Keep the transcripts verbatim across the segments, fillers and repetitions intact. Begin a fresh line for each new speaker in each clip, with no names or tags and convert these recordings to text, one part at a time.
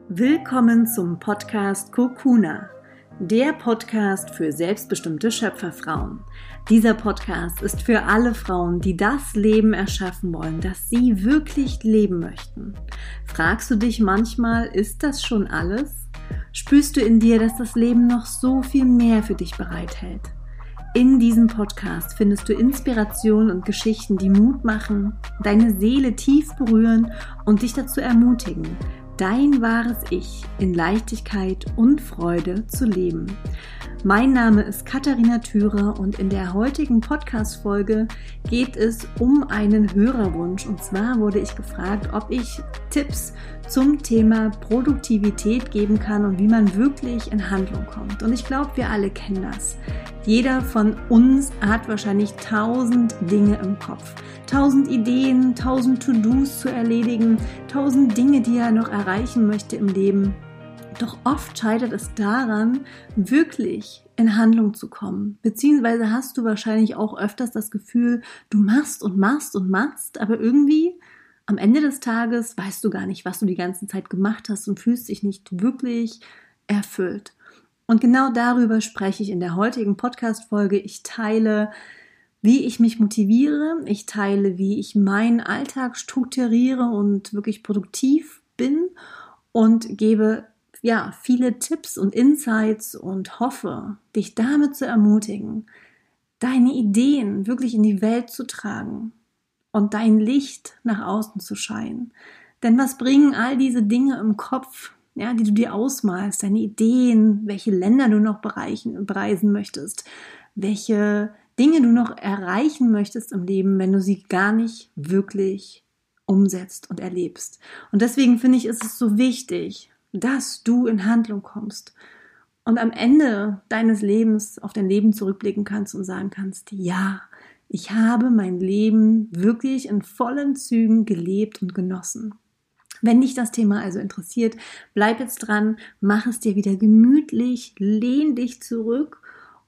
Willkommen zum Podcast Kokuna, der Podcast für selbstbestimmte Schöpferfrauen. Dieser Podcast ist für alle Frauen, die das Leben erschaffen wollen, das sie wirklich leben möchten. Fragst du dich manchmal, ist das schon alles? Spürst du in dir, dass das Leben noch so viel mehr für dich bereithält? In diesem Podcast findest du Inspiration und Geschichten, die Mut machen, deine Seele tief berühren und dich dazu ermutigen, dein wahres Ich in Leichtigkeit und Freude zu leben. Mein Name ist Katharina Thürer und in der heutigen Podcast-Folge geht es um einen Hörerwunsch. Und zwar wurde ich gefragt, ob ich Tipps zum Thema Produktivität geben kann und wie man wirklich in Handlung kommt. Und ich glaube, wir alle kennen das. Jeder von uns hat wahrscheinlich tausend Dinge im Kopf. Tausend Ideen, tausend To-Dos zu erledigen, tausend Dinge, die er noch erreichen möchte im Leben. Doch oft scheitert es daran, wirklich in Handlung zu kommen. Beziehungsweise hast du wahrscheinlich auch öfters das Gefühl, du machst und machst und machst, aber irgendwie am Ende des Tages weißt du gar nicht, was du die ganze Zeit gemacht hast und fühlst dich nicht wirklich erfüllt. Und genau darüber spreche ich in der heutigen Podcast-Folge. Ich teile, wie ich mich motiviere. Ich teile, wie ich meinen Alltag strukturiere und wirklich produktiv bin und gebe ja, viele Tipps und Insights und hoffe, dich damit zu ermutigen, deine Ideen wirklich in die Welt zu tragen und dein Licht nach außen zu scheinen. Denn was bringen all diese Dinge im Kopf, ja, die du dir ausmalst, deine Ideen, welche Länder du noch bereichen, bereisen möchtest, welche Dinge du noch erreichen möchtest im Leben, wenn du sie gar nicht wirklich umsetzt und erlebst. Und deswegen finde ich, ist es so wichtig, dass du in Handlung kommst und am Ende deines Lebens auf dein Leben zurückblicken kannst und sagen kannst, ja, ich habe mein Leben wirklich in vollen Zügen gelebt und genossen. Wenn dich das Thema also interessiert, bleib jetzt dran, mach es dir wieder gemütlich, lehn dich zurück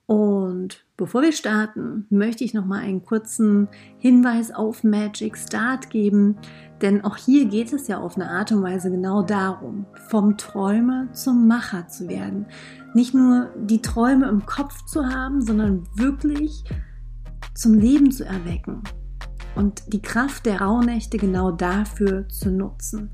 und bevor wir starten, möchte ich noch mal einen kurzen Hinweis auf Magic Start geben, denn auch hier geht es ja auf eine Art und Weise genau darum, vom Träumer zum Macher zu werden. Nicht nur die Träume im Kopf zu haben, sondern wirklich zum Leben zu erwecken und die Kraft der Rauhnächte genau dafür zu nutzen.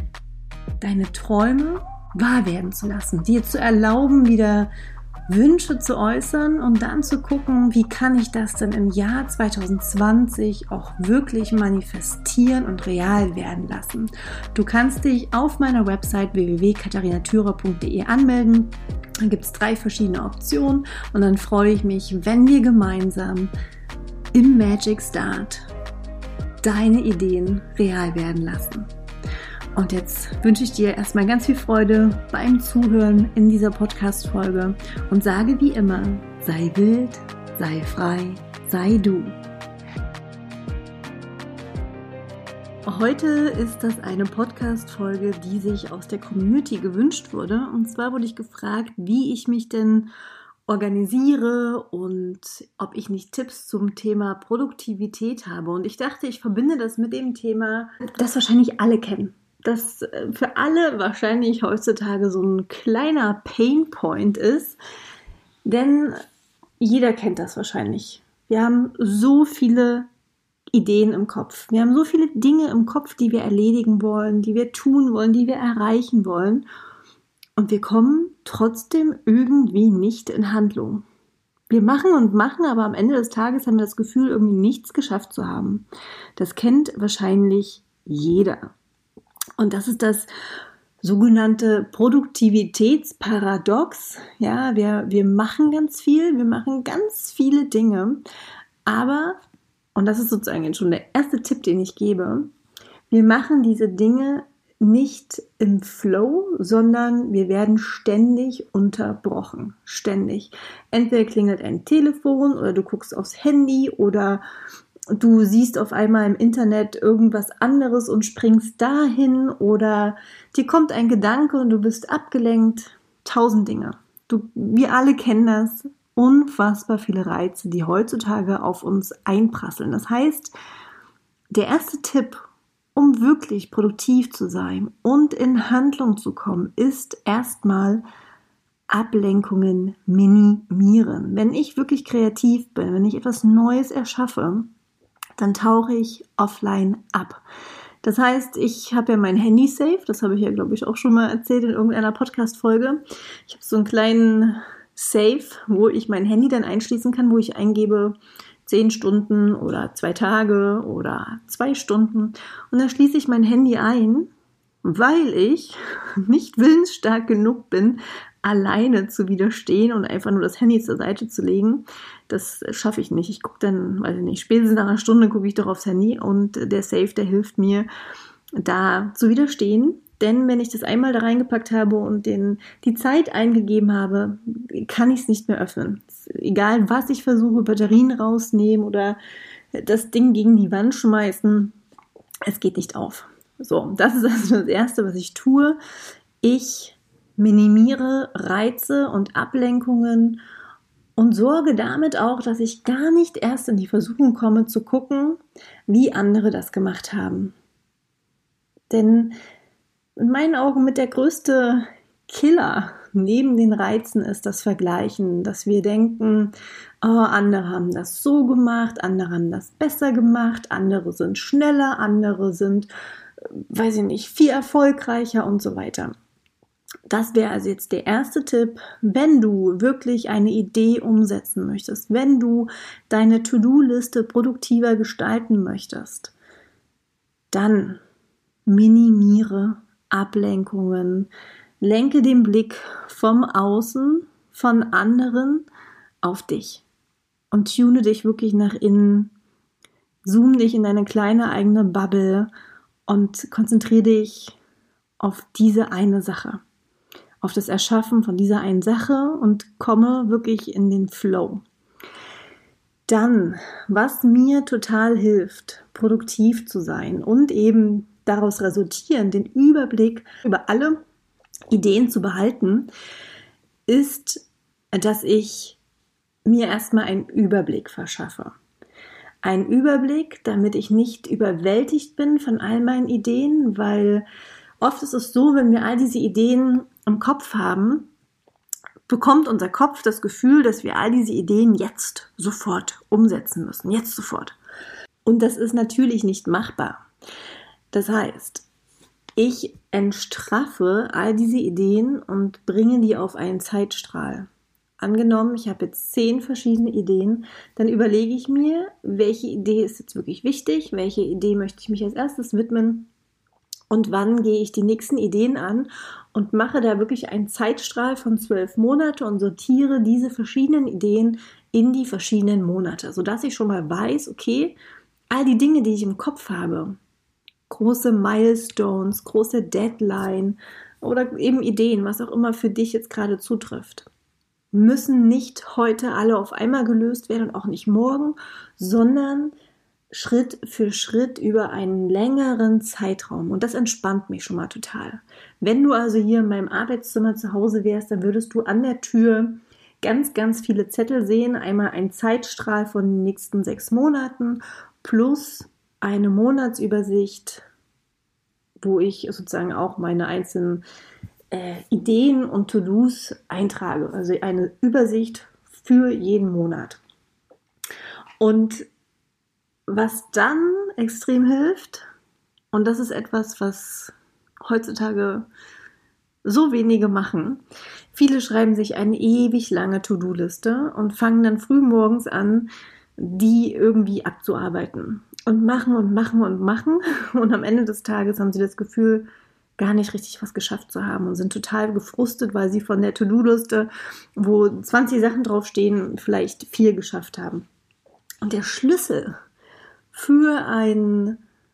Deine Träume wahr werden zu lassen, dir zu erlauben, wieder Wünsche zu äußern und dann zu gucken, wie kann ich das denn im Jahr zwanzig zwanzig auch wirklich manifestieren und real werden lassen. Du kannst dich auf meiner Website w w w punkt katharina thürer punkt d e anmelden. Da gibt es drei verschiedene Optionen und dann freue ich mich, wenn wir gemeinsam im Magic Start deine Ideen real werden lassen. Und jetzt wünsche ich dir erstmal ganz viel Freude beim Zuhören in dieser Podcast-Folge und sage wie immer, sei wild, sei frei, sei du. Heute ist das eine Podcast-Folge, die sich aus der Community gewünscht wurde. Und zwar wurde ich gefragt, wie ich mich denn organisiere und ob ich nicht Tipps zum Thema Produktivität habe. Und ich dachte, ich verbinde das mit dem Thema, das wahrscheinlich alle kennen. Das für alle wahrscheinlich heutzutage so ein kleiner Painpoint ist, denn jeder kennt das wahrscheinlich. Wir haben so viele Ideen im Kopf. Wir haben so viele Dinge im Kopf, die wir erledigen wollen, die wir tun wollen, die wir erreichen wollen. Und wir kommen trotzdem irgendwie nicht in Handlung. Wir machen und machen, aber am Ende des Tages haben wir das Gefühl, irgendwie nichts geschafft zu haben. Das kennt wahrscheinlich jeder. Und das ist das sogenannte Produktivitätsparadox. Ja, wir, wir machen ganz viel, wir machen ganz viele Dinge, aber, und das ist sozusagen schon der erste Tipp, den ich gebe, wir machen diese Dinge nicht im Flow, sondern wir werden ständig unterbrochen. Ständig. Entweder klingelt ein Telefon oder du guckst aufs Handy oder du siehst auf einmal im Internet irgendwas anderes und springst dahin oder dir kommt ein Gedanke und du bist abgelenkt. Tausend Dinge. Du, wir alle kennen das. Unfassbar viele Reize, die heutzutage auf uns einprasseln. Das heißt, der erste Tipp, um wirklich produktiv zu sein und in Handlung zu kommen, ist erstmal Ablenkungen minimieren. Wenn ich wirklich kreativ bin, wenn ich etwas Neues erschaffe, dann tauche ich offline ab. Das heißt, ich habe ja mein Handy safe, das habe ich ja, glaube ich, auch schon mal erzählt in irgendeiner Podcast-Folge. Ich habe so einen kleinen Safe, wo ich mein Handy dann einschließen kann, wo ich eingebe zehn Stunden oder zwei Tage oder zwei Stunden. Und da schließe ich mein Handy ein, weil ich nicht willensstark genug bin, alleine zu widerstehen und einfach nur das Handy zur Seite zu legen. Das schaffe ich nicht. Ich gucke dann, weiß ich nicht, spätestens nach einer Stunde gucke ich doch aufs Handy und der Safe, der hilft mir, da zu widerstehen. Denn wenn ich das einmal da reingepackt habe und den, die Zeit eingegeben habe, kann ich es nicht mehr öffnen. Egal, was ich versuche, Batterien rausnehmen oder das Ding gegen die Wand schmeißen, es geht nicht auf. So, das ist also das Erste, was ich tue. Ich minimiere Reize und Ablenkungen und sorge damit auch, dass ich gar nicht erst in die Versuchung komme, zu gucken, wie andere das gemacht haben. Denn in meinen Augen mit der größte Killer neben den Reizen ist das Vergleichen, dass wir denken, oh, andere haben das so gemacht, andere haben das besser gemacht, andere sind schneller, andere sind, weiß ich nicht, viel erfolgreicher und so weiter. Das wäre also jetzt der erste Tipp, wenn du wirklich eine Idee umsetzen möchtest, wenn du deine To-Do-Liste produktiver gestalten möchtest, dann minimiere Ablenkungen, lenke den Blick vom Außen, von anderen auf dich und tune dich wirklich nach innen, zoom dich in deine kleine eigene Bubble und konzentriere dich auf diese eine Sache, auf das Erschaffen von dieser einen Sache und komme wirklich in den Flow. Dann, was mir total hilft, produktiv zu sein und eben daraus resultieren, den Überblick über alle Ideen zu behalten, ist, dass ich mir erstmal einen Überblick verschaffe. Ein Überblick, damit ich nicht überwältigt bin von all meinen Ideen, weil oft ist es so, wenn wir all diese Ideen im Kopf haben, bekommt unser Kopf das Gefühl, dass wir all diese Ideen jetzt sofort umsetzen müssen, jetzt sofort. Und das ist natürlich nicht machbar. Das heißt, ich entstraffe all diese Ideen und bringe die auf einen Zeitstrahl. Angenommen, ich habe jetzt zehn verschiedene Ideen, dann überlege ich mir, welche Idee ist jetzt wirklich wichtig, welche Idee möchte ich mich als erstes widmen und wann gehe ich die nächsten Ideen an und mache da wirklich einen Zeitstrahl von zwölf Monate und sortiere diese verschiedenen Ideen in die verschiedenen Monate, sodass ich schon mal weiß, okay, all die Dinge, die ich im Kopf habe, große Milestones, große Deadline oder eben Ideen, was auch immer für dich jetzt gerade zutrifft, müssen nicht heute alle auf einmal gelöst werden und auch nicht morgen, sondern Schritt für Schritt über einen längeren Zeitraum. Und das entspannt mich schon mal total. Wenn du also hier in meinem Arbeitszimmer zu Hause wärst, dann würdest du an der Tür ganz, ganz viele Zettel sehen. Einmal ein Zeitstrahl von den nächsten sechs Monaten plus eine Monatsübersicht, wo ich sozusagen auch meine einzelnen äh, Ideen und To-Dos eintrage. Also eine Übersicht für jeden Monat. Und was dann extrem hilft, und das ist etwas, was heutzutage so wenige machen, viele schreiben sich eine ewig lange To-Do-Liste und fangen dann früh morgens an, die irgendwie abzuarbeiten. Und machen und machen und machen. Und am Ende des Tages haben sie das Gefühl, gar nicht richtig was geschafft zu haben und sind total gefrustet, weil sie von der To-Do-Liste, wo zwanzig Sachen draufstehen, vielleicht vier geschafft haben. Und der Schlüssel für ein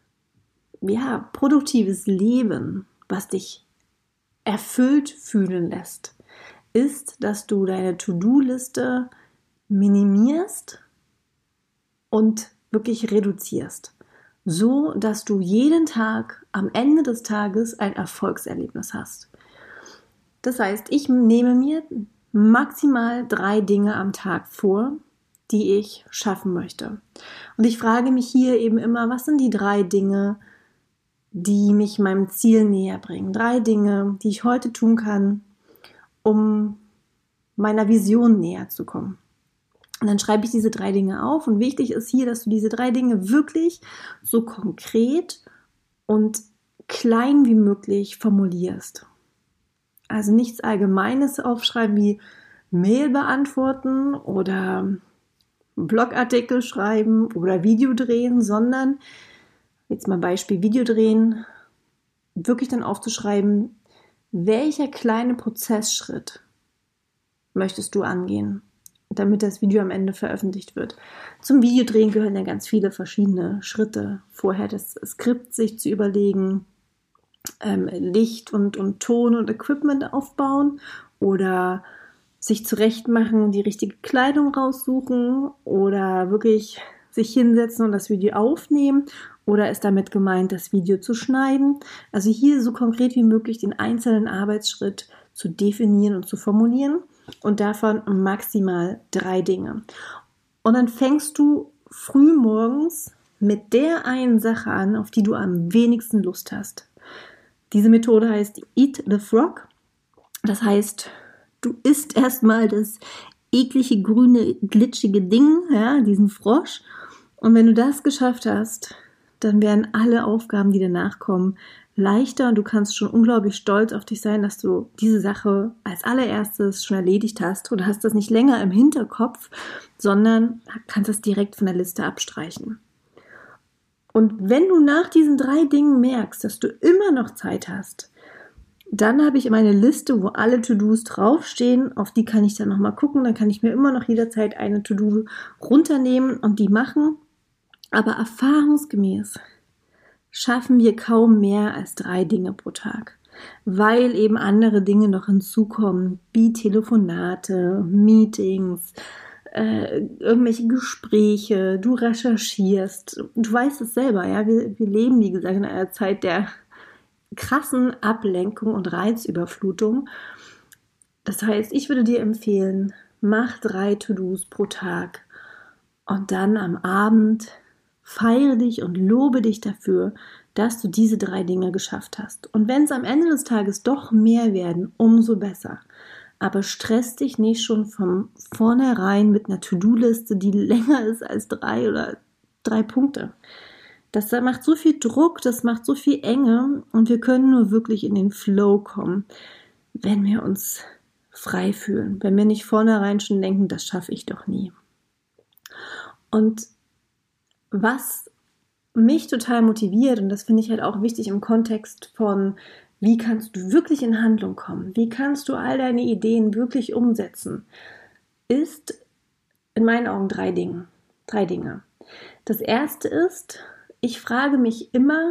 ja, produktives Leben, was dich erfüllt fühlen lässt, ist, dass du deine To-Do-Liste minimierst und wirklich reduzierst, so dass du jeden Tag am Ende des Tages ein Erfolgserlebnis hast. Das heißt, ich nehme mir maximal drei Dinge am Tag vor, die ich schaffen möchte. Und ich frage mich hier eben immer, was sind die drei Dinge, die mich meinem Ziel näher bringen. Drei Dinge, die ich heute tun kann, um meiner Vision näher zu kommen. Und dann schreibe ich diese drei Dinge auf. Und wichtig ist hier, dass du diese drei Dinge wirklich so konkret und klein wie möglich formulierst. Also nichts Allgemeines aufschreiben wie Mail beantworten oder Blogartikel schreiben oder Video drehen, sondern, jetzt mal Beispiel Video drehen, wirklich dann aufzuschreiben, welcher kleine Prozessschritt möchtest du angehen, damit das Video am Ende veröffentlicht wird. Zum Videodrehen gehören ja ganz viele verschiedene Schritte. Vorher das Skript sich zu überlegen, ähm, Licht und, und Ton und Equipment aufbauen oder sich zurechtmachen, die richtige Kleidung raussuchen oder wirklich sich hinsetzen und das Video aufnehmen oder ist damit gemeint, das Video zu schneiden. Also hier so konkret wie möglich den einzelnen Arbeitsschritt zu definieren und zu formulieren und davon maximal drei Dinge. Und dann fängst du früh morgens mit der einen Sache an, auf die du am wenigsten Lust hast. Diese Methode heißt Eat the Frog. Das heißt, du isst erstmal das eklige, grüne, glitschige Ding, ja, diesen Frosch. Und wenn du das geschafft hast, dann werden alle Aufgaben, die danach kommen, leichter und du kannst schon unglaublich stolz auf dich sein, dass du diese Sache als allererstes schon erledigt hast oder hast das nicht länger im Hinterkopf, sondern kannst das direkt von der Liste abstreichen. Und wenn du nach diesen drei Dingen merkst, dass du immer noch Zeit hast, dann habe ich meine Liste, wo alle To-Dos draufstehen, auf die kann ich dann nochmal gucken, dann kann ich mir immer noch jederzeit eine To-Do runternehmen und die machen. Aber erfahrungsgemäß schaffen wir kaum mehr als drei Dinge pro Tag, weil eben andere Dinge noch hinzukommen, wie Telefonate, Meetings, äh, irgendwelche Gespräche, du recherchierst, du weißt es selber, ja, wir, wir leben, wie gesagt, in einer Zeit der krassen Ablenkung und Reizüberflutung. Das heißt, ich würde dir empfehlen, mach drei To-Dos pro Tag und dann am Abend feiere dich und lobe dich dafür, dass du diese drei Dinge geschafft hast. Und wenn es am Ende des Tages doch mehr werden, umso besser. Aber stress dich nicht schon von vornherein mit einer To-Do-Liste, die länger ist als drei oder drei Punkte. Das macht so viel Druck, das macht so viel Enge und wir können nur wirklich in den Flow kommen, wenn wir uns frei fühlen, wenn wir nicht vornherein schon denken, das schaffe ich doch nie. Und was mich total motiviert, und das finde ich halt auch wichtig im Kontext von, wie kannst du wirklich in Handlung kommen, wie kannst du all deine Ideen wirklich umsetzen, ist in meinen Augen drei Dinge. Drei Dinge. Das erste ist, ich frage mich immer,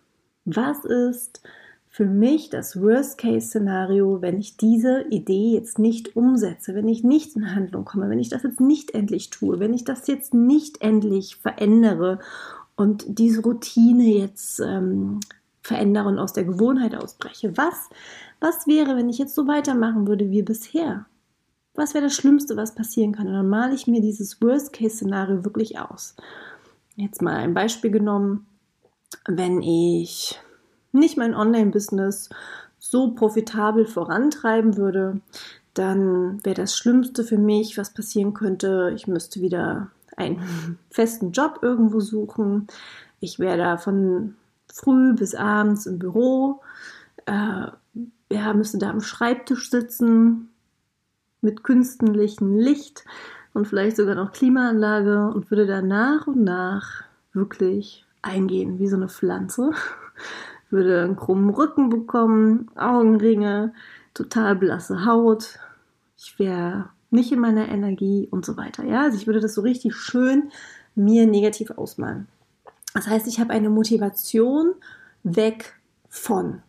was ist für mich das Worst-Case-Szenario, wenn ich diese Idee jetzt nicht umsetze, wenn ich nicht in Handlung komme, wenn ich das jetzt nicht endlich tue, wenn ich das jetzt nicht endlich verändere und diese Routine jetzt ähm, verändere und aus der Gewohnheit ausbreche. Was, was wäre, wenn ich jetzt so weitermachen würde wie bisher? Was wäre das Schlimmste, was passieren kann? Und dann male ich mir dieses Worst-Case-Szenario wirklich aus. Jetzt mal ein Beispiel genommen, wenn ich nicht mein Online-Business so profitabel vorantreiben würde, dann wäre das Schlimmste für mich, was passieren könnte, ich müsste wieder einen festen Job irgendwo suchen. Ich wäre da von früh bis abends im Büro, äh, ja, müsste da am Schreibtisch sitzen mit künstlichem Licht und vielleicht sogar noch Klimaanlage und würde dann nach und nach wirklich eingehen wie so eine Pflanze. Würde einen krummen Rücken bekommen, Augenringe, total blasse Haut. Ich wäre nicht in meiner Energie und so weiter. Ja, also ich würde das so richtig schön mir negativ ausmalen. Das heißt, ich habe eine Motivation weg von.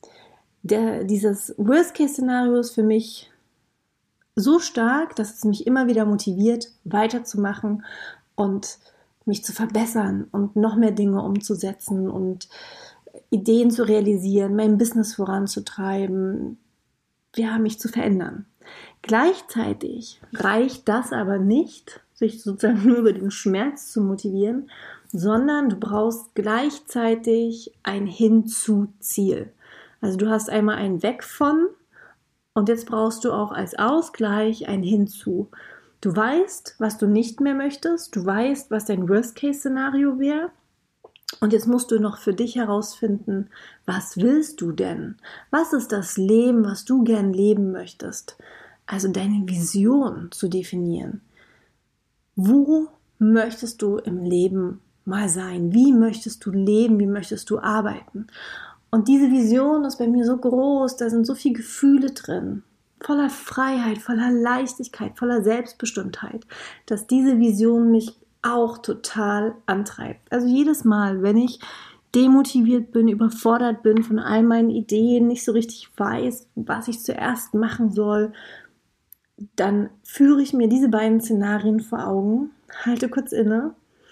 Der, dieses Worst-Case-Szenario ist für mich so stark, dass es mich immer wieder motiviert, weiterzumachen und mich zu verbessern und noch mehr Dinge umzusetzen und Ideen zu realisieren, mein Business voranzutreiben, ja, mich zu verändern. Gleichzeitig reicht das aber nicht, sich sozusagen nur über den Schmerz zu motivieren, sondern du brauchst gleichzeitig ein Hinzu-Ziel. Also du hast einmal ein Weg von und jetzt brauchst du auch als Ausgleich ein Hinzu. Du weißt, was du nicht mehr möchtest, du weißt, was dein Worst-Case-Szenario wäre. Und jetzt musst du noch für dich herausfinden, was willst du denn? Was ist das Leben, was du gern leben möchtest? Also deine Vision zu definieren. Wo möchtest du im Leben mal sein? Wie möchtest du leben? Wie möchtest du arbeiten? Und diese Vision ist bei mir so groß, da sind so viele Gefühle drin, voller Freiheit, voller Leichtigkeit, voller Selbstbestimmtheit, dass diese Vision mich auch total antreibt. Also jedes Mal, wenn ich demotiviert bin, überfordert bin von all meinen Ideen, nicht so richtig weiß, was ich zuerst machen soll, dann führe ich mir diese beiden Szenarien vor Augen, halte kurz inne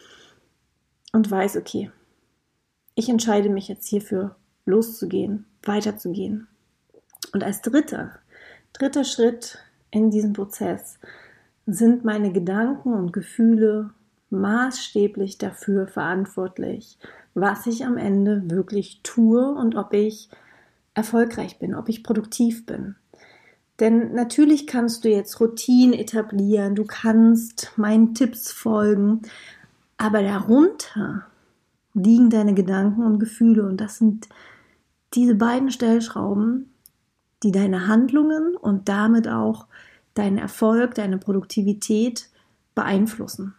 und weiß, okay, ich entscheide mich jetzt hierfür loszugehen, weiterzugehen. Und als dritter, dritter Schritt in diesem Prozess sind meine Gedanken und Gefühle maßstäblich dafür verantwortlich, was ich am Ende wirklich tue und ob ich erfolgreich bin, ob ich produktiv bin. Denn natürlich kannst du jetzt Routinen etablieren, du kannst meinen Tipps folgen, aber darunter liegen deine Gedanken und Gefühle und das sind diese beiden Stellschrauben, die deine Handlungen und damit auch deinen Erfolg, deine Produktivität beeinflussen.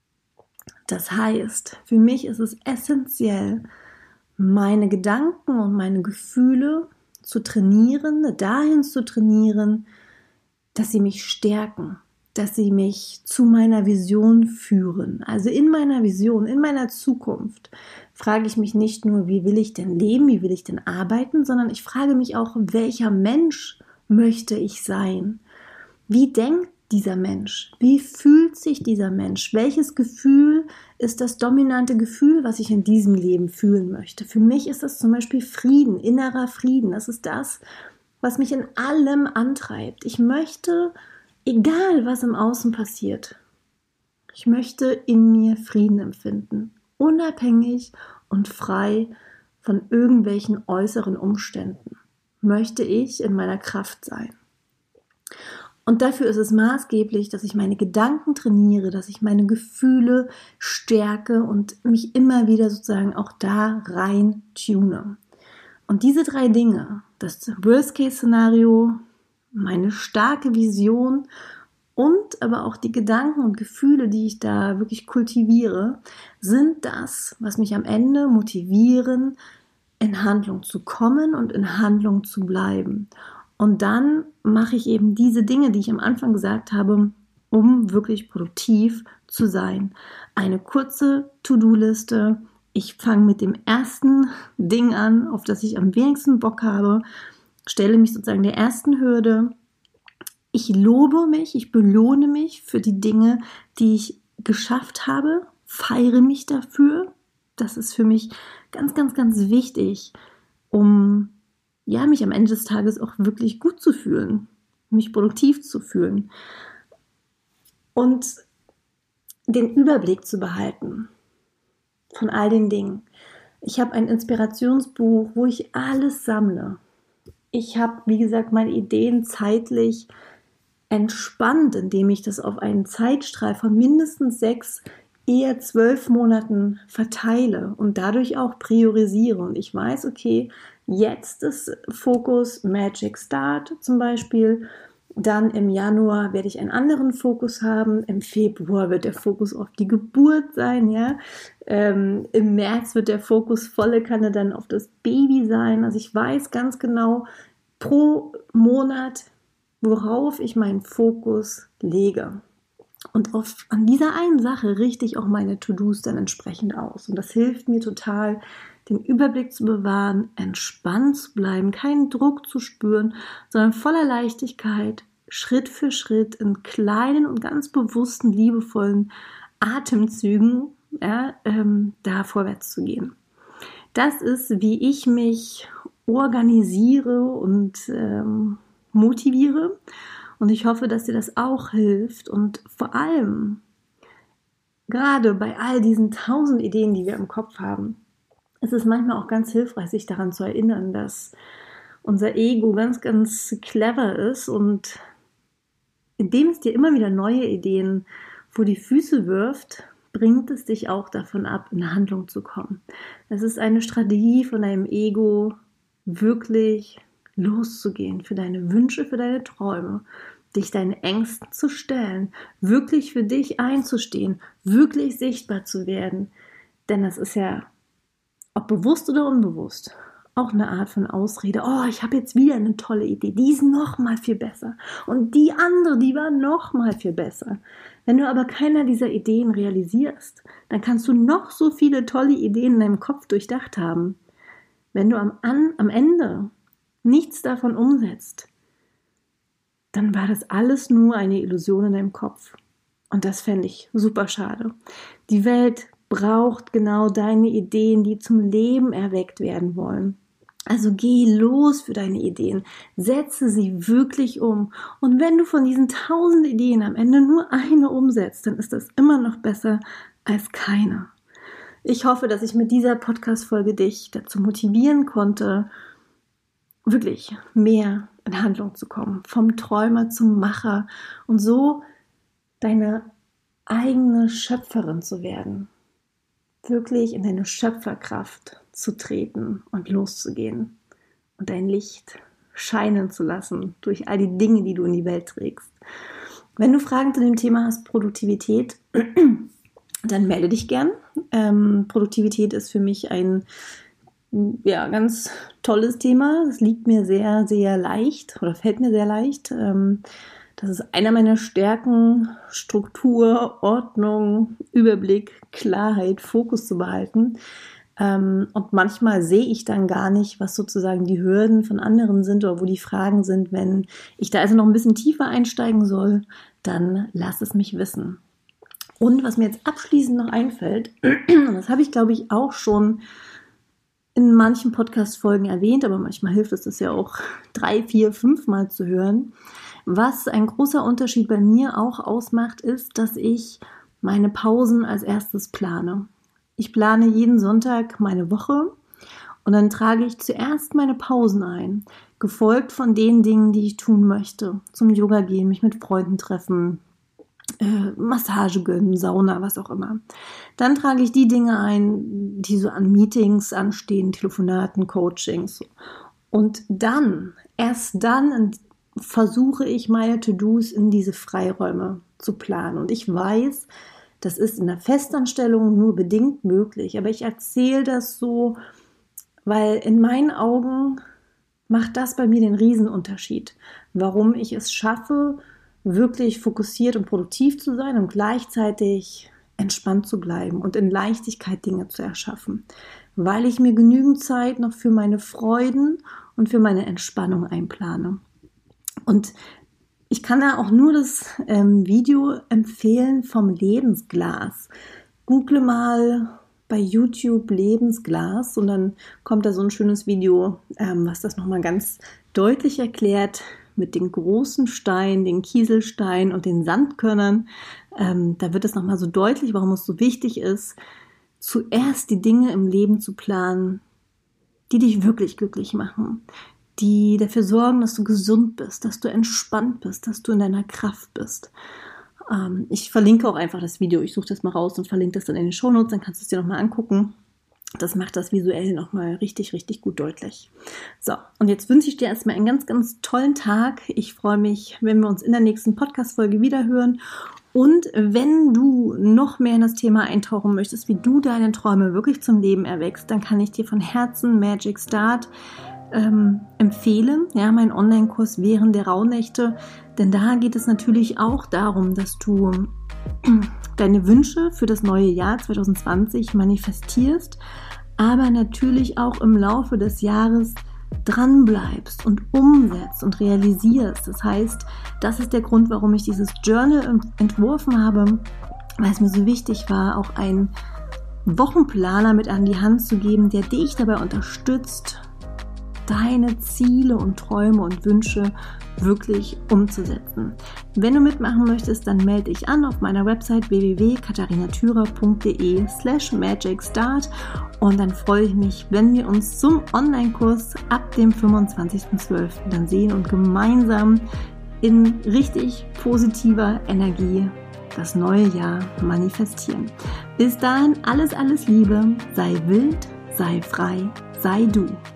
Das heißt, für mich ist es essentiell, meine Gedanken und meine Gefühle zu trainieren, dahin zu trainieren, dass sie mich stärken, dass sie mich zu meiner Vision führen. Also in meiner Vision, in meiner Zukunft frage ich mich nicht nur, wie will ich denn leben, wie will ich denn arbeiten, sondern ich frage mich auch, welcher Mensch möchte ich sein? Wie denkt dieser Mensch? Wie fühlt sich dieser Mensch? Welches Gefühl ist das dominante Gefühl, was ich in diesem Leben fühlen möchte? Für mich ist das zum Beispiel Frieden, innerer Frieden. Das ist das, was mich in allem antreibt. Ich möchte, egal was im Außen passiert, ich möchte in mir Frieden empfinden, unabhängig und frei von irgendwelchen äußeren Umständen. Möchte ich in meiner Kraft sein. Und dafür ist es maßgeblich, dass ich meine Gedanken trainiere, dass ich meine Gefühle stärke und mich immer wieder sozusagen auch da rein tune. Und diese drei Dinge, das Worst-Case-Szenario, meine starke Vision und aber auch die Gedanken und Gefühle, die ich da wirklich kultiviere, sind das, was mich am Ende motivieren, in Handlung zu kommen und in Handlung zu bleiben. Und dann mache ich eben diese Dinge, die ich am Anfang gesagt habe, um wirklich produktiv zu sein. Eine kurze To-Do-Liste. Ich fange mit dem ersten Ding an, auf das ich am wenigsten Bock habe, stelle mich sozusagen der ersten Hürde. Ich lobe mich, ich belohne mich für die Dinge, die ich geschafft habe, feiere mich dafür. Das ist für mich ganz, ganz, ganz wichtig, um ja, mich am Ende des Tages auch wirklich gut zu fühlen, mich produktiv zu fühlen und den Überblick zu behalten von all den Dingen. Ich habe ein Inspirationsbuch, wo ich alles sammle. Ich habe, wie gesagt, meine Ideen zeitlich entspannt, indem ich das auf einen Zeitstrahl von mindestens sechs, eher zwölf Monaten verteile und dadurch auch priorisiere. Und ich weiß, okay, jetzt ist Fokus Magic Start zum Beispiel. Dann im Januar werde ich einen anderen Fokus haben. Im Februar wird der Fokus auf die Geburt sein. Ja? Ähm, Im März wird der Fokus volle Kanne dann auf das Baby sein. Also ich weiß ganz genau pro Monat, worauf ich meinen Fokus lege. Und auf, an dieser einen Sache richte ich auch meine To-Dos dann entsprechend aus. Und das hilft mir total, den Überblick zu bewahren, entspannt zu bleiben, keinen Druck zu spüren, sondern voller Leichtigkeit, Schritt für Schritt, in kleinen und ganz bewussten, liebevollen Atemzügen, ja, ähm, da vorwärts zu gehen. Das ist, wie ich mich organisiere und ähm, motiviere. Und ich hoffe, dass dir das auch hilft und vor allem gerade bei all diesen tausend Ideen, die wir im Kopf haben, ist es manchmal auch ganz hilfreich, sich daran zu erinnern, dass unser Ego ganz, ganz clever ist und indem es dir immer wieder neue Ideen vor die Füße wirft, bringt es dich auch davon ab, in Handlung zu kommen. Es ist eine Strategie von deinem Ego, wirklich loszugehen für deine Wünsche, für deine Träume, dich deinen Ängsten zu stellen, wirklich für dich einzustehen, wirklich sichtbar zu werden. Denn das ist ja, ob bewusst oder unbewusst, auch eine Art von Ausrede. Oh, ich habe jetzt wieder eine tolle Idee, die ist noch mal viel besser. Und die andere, die war noch mal viel besser. Wenn du aber keiner dieser Ideen realisierst, dann kannst du noch so viele tolle Ideen in deinem Kopf durchdacht haben. Wenn du am, an, am Ende nichts davon umsetzt, dann war das alles nur eine Illusion in deinem Kopf. Und das fände ich super schade. Die Welt braucht genau deine Ideen, die zum Leben erweckt werden wollen. Also geh los für deine Ideen, setze sie wirklich um. Und wenn du von diesen tausend Ideen am Ende nur eine umsetzt, dann ist das immer noch besser als keine. Ich hoffe, dass ich mit dieser Podcast-Folge dich dazu motivieren konnte, wirklich mehr in Handlung zu kommen, vom Träumer zum Macher und so deine eigene Schöpferin zu werden. Wirklich in deine Schöpferkraft zu treten und loszugehen und dein Licht scheinen zu lassen durch all die Dinge, die du in die Welt trägst. Wenn du Fragen zu dem Thema hast, Produktivität, dann melde dich gern. Ähm, Produktivität ist für mich ein ja, ganz tolles Thema. Es liegt mir sehr, sehr leicht oder fällt mir sehr leicht. Ähm, Das ist einer meiner Stärken, Struktur, Ordnung, Überblick, Klarheit, Fokus zu behalten. Und manchmal sehe ich dann gar nicht, was sozusagen die Hürden von anderen sind oder wo die Fragen sind. Wenn ich da also noch ein bisschen tiefer einsteigen soll, dann lass es mich wissen. Und was mir jetzt abschließend noch einfällt, und das habe ich, glaube ich, auch schon in manchen Podcast-Folgen erwähnt, aber manchmal hilft es das ja auch drei, vier, fünf Mal zu hören. Was ein großer Unterschied bei mir auch ausmacht, ist, dass ich meine Pausen als erstes plane. Ich plane jeden Sonntag meine Woche und dann trage ich zuerst meine Pausen ein, gefolgt von den Dingen, die ich tun möchte. Zum Yoga gehen, mich mit Freunden treffen, äh, Massage gönnen, Sauna, was auch immer. Dann trage ich die Dinge ein, die so an Meetings anstehen, Telefonaten, Coachings. Und dann, erst dann versuche ich meine To-Dos in diese Freiräume zu planen. Und ich weiß, das ist in der Festanstellung nur bedingt möglich. Aber ich erzähle das so, weil in meinen Augen macht das bei mir den Riesenunterschied. Warum ich es schaffe, wirklich fokussiert und produktiv zu sein und gleichzeitig entspannt zu bleiben und in Leichtigkeit Dinge zu erschaffen. Weil ich mir genügend Zeit noch für meine Freuden und für meine Entspannung einplane. Und ich kann da auch nur das ähm, Video empfehlen vom Lebensglas. Google mal bei YouTube Lebensglas und dann kommt da so ein schönes Video, ähm, was das nochmal ganz deutlich erklärt mit den großen Steinen, den Kieselsteinen und den Sandkörnern. Ähm, da wird es nochmal so deutlich, warum es so wichtig ist, zuerst die Dinge im Leben zu planen, die dich wirklich glücklich machen, die dafür sorgen, dass du gesund bist, dass du entspannt bist, dass du in deiner Kraft bist. Ähm, ich verlinke auch einfach das Video. Ich suche das mal raus und verlinke das dann in den Shownotes, dann kannst du es dir nochmal angucken. Das macht das visuell nochmal richtig, richtig gut deutlich. So, und jetzt wünsche ich dir erstmal einen ganz, ganz tollen Tag. Ich freue mich, wenn wir uns in der nächsten Podcast-Folge wiederhören. Und wenn du noch mehr in das Thema eintauchen möchtest, wie du deine Träume wirklich zum Leben erweckst, dann kann ich dir von Herzen Magic Start Ähm, empfehlen, ja, mein Online-Kurs während der Rauhnächte, denn da geht es natürlich auch darum, dass du deine Wünsche für das neue Jahr zwanzig zwanzig manifestierst, aber natürlich auch im Laufe des Jahres dran bleibst und umsetzt und realisierst. Das heißt, das ist der Grund, warum ich dieses Journal entworfen habe, weil es mir so wichtig war, auch einen Wochenplaner mit an die Hand zu geben, der dich dabei unterstützt, deine Ziele und Träume und Wünsche wirklich umzusetzen. Wenn du mitmachen möchtest, dann melde dich an auf meiner Website w w w punkt katharinathürer punkt d e slash magic start und dann freue ich mich, wenn wir uns zum Online-Kurs ab dem fünfundzwanzigsten zwölften dann sehen und gemeinsam in richtig positiver Energie das neue Jahr manifestieren. Bis dahin alles, alles Liebe, sei wild, sei frei, sei du.